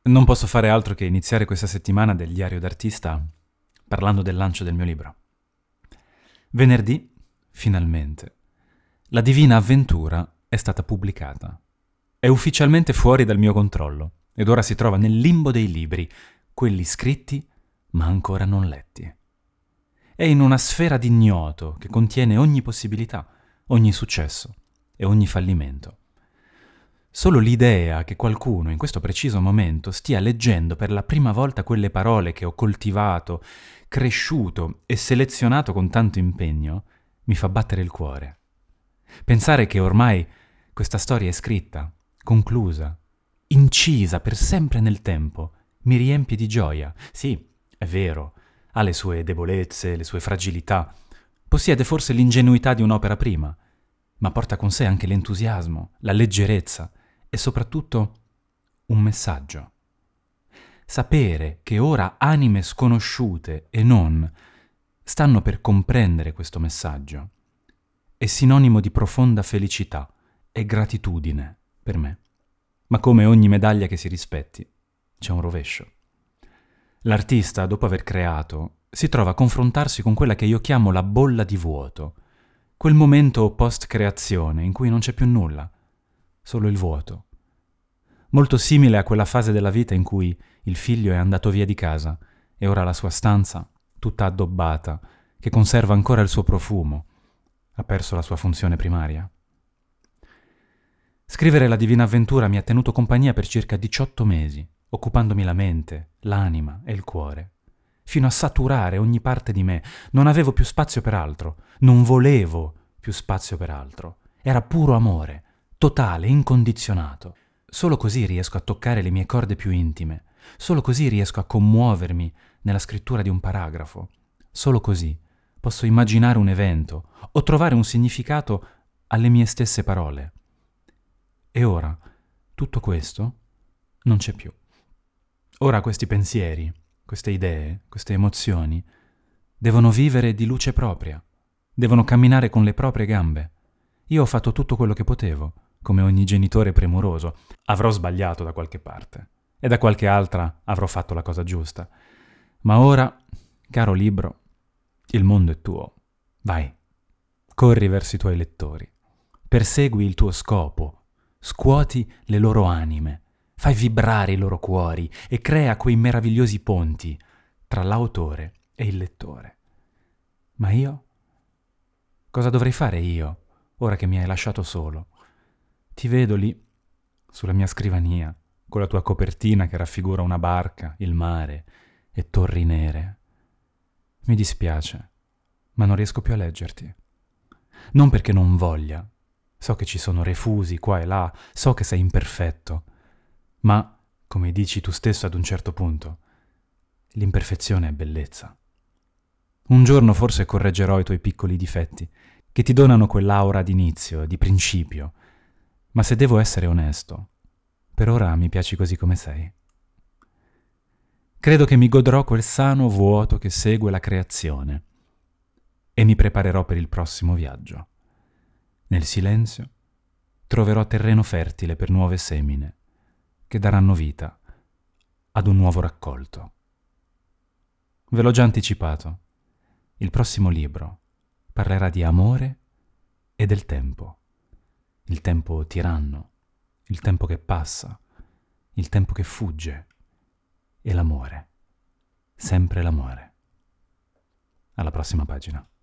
Non posso fare altro che iniziare questa settimana del diario d'artista parlando del lancio del mio libro. Venerdì, finalmente, La Divina Avventura è stata pubblicata. È ufficialmente fuori dal mio controllo ed ora si trova nel limbo dei libri, quelli scritti ma ancora non letti. È in una sfera d'ignoto che contiene ogni possibilità, ogni successo e ogni fallimento. Solo l'idea che qualcuno in questo preciso momento stia leggendo per la prima volta quelle parole che ho coltivato, cresciuto e selezionato con tanto impegno mi fa battere il cuore. Pensare che ormai questa storia è scritta, conclusa, incisa per sempre nel tempo, mi riempie di gioia. Sì, è vero, ha le sue debolezze, le sue fragilità, possiede forse l'ingenuità di un'opera prima, ma porta con sé anche l'entusiasmo, la leggerezza e soprattutto un messaggio. Sapere che ora anime sconosciute e non stanno per comprendere questo messaggio è sinonimo di profonda felicità e gratitudine per me. Ma come ogni medaglia che si rispetti, c'è un rovescio. L'artista, dopo aver creato, si trova a confrontarsi con quella che io chiamo la bolla di vuoto, quel momento post-creazione in cui non c'è più nulla, solo il vuoto. Molto simile a quella fase della vita in cui il figlio è andato via di casa e ora la sua stanza, tutta addobbata, che conserva ancora il suo profumo, ha perso la sua funzione primaria. Scrivere La Divina Avventura mi ha tenuto compagnia per circa 18 mesi, occupandomi la mente, l'anima e il cuore, fino a saturare ogni parte di me. Non avevo più spazio per altro, non volevo più spazio per altro. Era puro amore, totale, incondizionato. Solo così riesco a toccare le mie corde più intime, solo così riesco a commuovermi nella scrittura di un paragrafo, solo così posso immaginare un evento o trovare un significato alle mie stesse parole. E ora tutto questo non c'è più. Ora questi pensieri, queste idee, queste emozioni devono vivere di luce propria, devono camminare con le proprie gambe. Io ho fatto tutto quello che potevo, come ogni genitore premuroso. Avrò sbagliato da qualche parte e da qualche altra avrò fatto la cosa giusta. Ma ora, caro libro, il mondo è tuo. Vai, corri verso i tuoi lettori, persegui il tuo scopo, scuoti le loro anime, fai vibrare i loro cuori e crea quei meravigliosi ponti tra l'autore e il lettore. Ma io? Cosa dovrei fare io, ora che mi hai lasciato solo? Ti vedo lì, sulla mia scrivania, con la tua copertina che raffigura una barca, il mare e torri nere. Mi dispiace, ma non riesco più a leggerti. Non perché non voglia, so che ci sono refusi qua e là, so che sei imperfetto, ma, come dici tu stesso ad un certo punto, l'imperfezione è bellezza. Un giorno forse correggerò i tuoi piccoli difetti, che ti donano quell'aura d'inizio, di principio, ma se devo essere onesto, per ora mi piaci così come sei. Credo che mi godrò quel sano vuoto che segue la creazione e mi preparerò per il prossimo viaggio. Nel silenzio troverò terreno fertile per nuove semine che daranno vita ad un nuovo raccolto. Ve l'ho già anticipato. Il prossimo libro parlerà di amore e del tempo. Il tempo tiranno, il tempo che passa, il tempo che fugge e l'amore. Sempre l'amore. Alla prossima pagina.